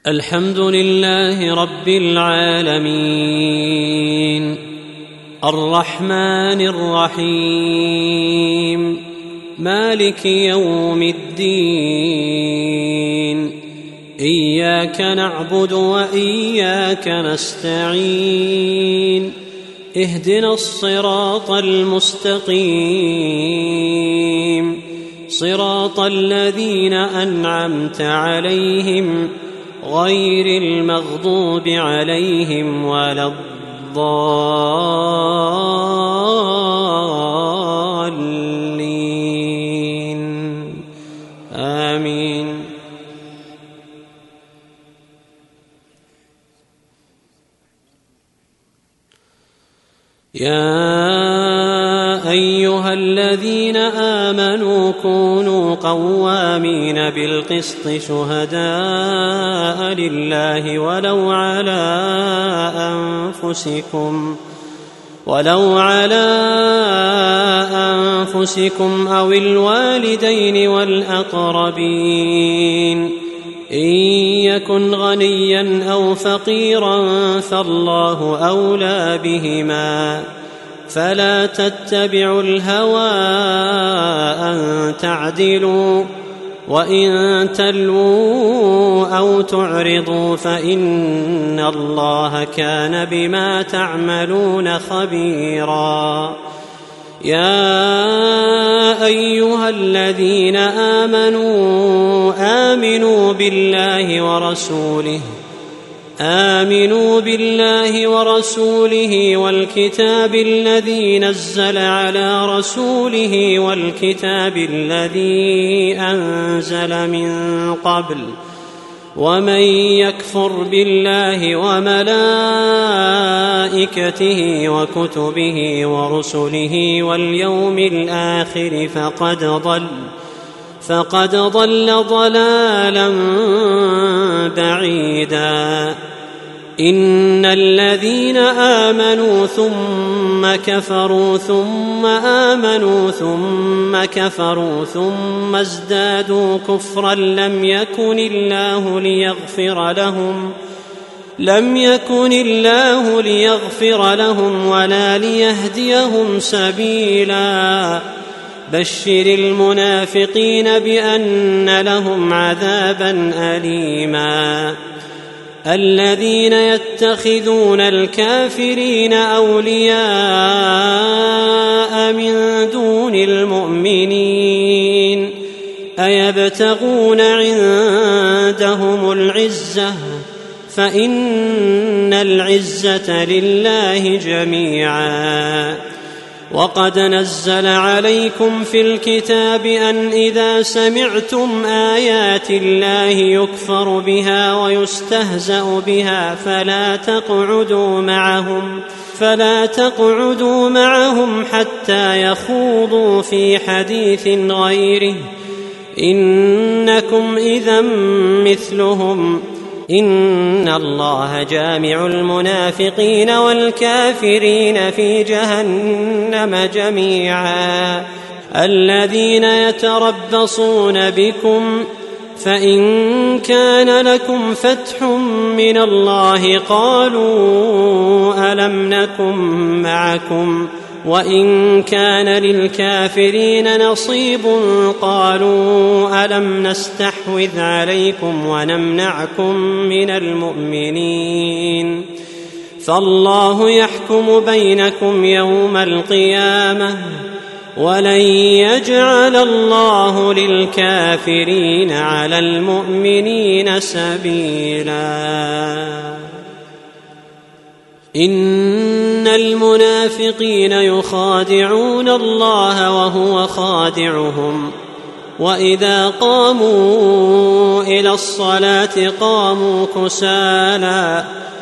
الحمد لله رب العالمين الرحمن الرحيم مالك يوم الدين إياك نعبد وإياك نستعين اهدنا الصراط المستقيم صراط الذين أنعمت عليهم غير المغضوب عليهم ولا الضالين آمين. يا أيها الذين آمنوا كونوا قوامين بالقسط شهداء لله ولو على أنفسكم أو الوالدين والأقربين إن يكن غنيا أو فقيرا فالله أولى بهما فلا تتبعوا الهوى أن تعدلوا وإن تلووا أو تعرضوا فإن الله كان بما تعملون خبيرا. يا أيها الذين آمنوا بالله ورسوله والكتاب الذي نزل على رسوله والكتاب الذي أنزل من قبل ومن يكفر بالله وملائكته وكتبه ورسله واليوم الآخر فقد ضل ضلالا بعيدا. إن الذين آمنوا ثم كفروا ثم آمنوا ثم كفروا ثم ازدادوا كفرا لم يكن الله ليغفر لهم ولا ليهديهم سبيلا. بشر المنافقين بأن لهم عذابا أليما. الذين يتخذون الكافرين أولياء من دون المؤمنين أيبتغون عندهم العزة فإن العزة لله جميعا. وقد نزل عليكم في الكتاب أن إذا سمعتم آيات الله يكفر بها ويستهزأ بها فلا تقعدوا معهم حتى يخوضوا في حديث غيره إنكم إذا مثلهم إن الله جامع المنافقين والكافرين في جهنم جميعا. الذين يتربصون بكم فإن كان لكم فتح من الله قالوا ألم نكن معكم وإن كان للكافرين نصيب قالوا ألم نستحوذ عليكم ونمنعكم من المؤمنين فالله يحكم بينكم يوم القيامة ولن يجعل الله للكافرين على المؤمنين سبيلا. إن المنافقين يخادعون الله وهو خادعهم وإذا قاموا إلى الصلاة قاموا كسالى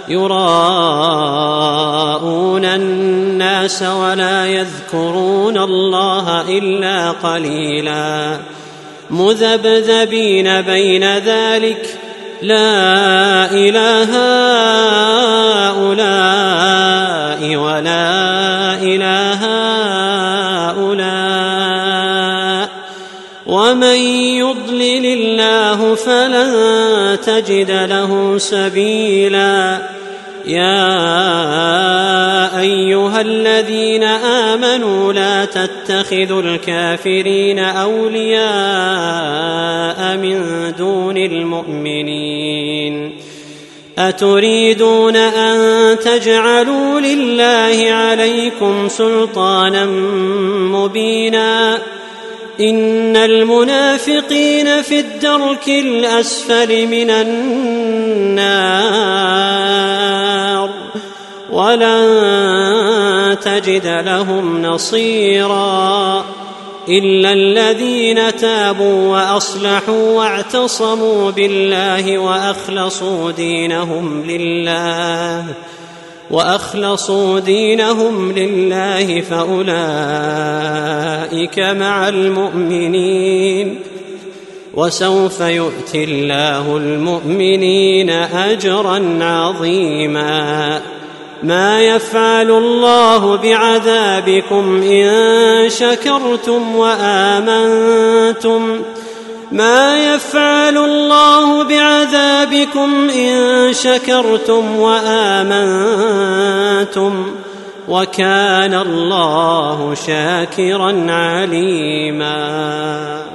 يراءون الناس ولا يذكرون الله إلا قليلا مذبذبين بين ذلك لا إله هؤلاء ولا إله هؤلاء ومن يضلل الله فلن تجد له سبيلا. يا أيها الذين آمنوا لا تتخذوا الكافرين أولياء من دون المؤمنين أتريدون أن تجعلوا لله عليكم سلطانا مبينا إن المنافقين في الدرك الأسفل من النار ولن تجد لهم نصيرا إلا الذين تابوا وأصلحوا واعتصموا بالله وأخلصوا دينهم لله فأولئك مع المؤمنين وسوف يؤتي الله المؤمنين أجرا عظيما. ما يفعل الله بعذابكم إن شكرتم وآمنتم ما يفعل الله بعذابكم إن شكرتم وآمنتم وكان الله شاكرا عليما.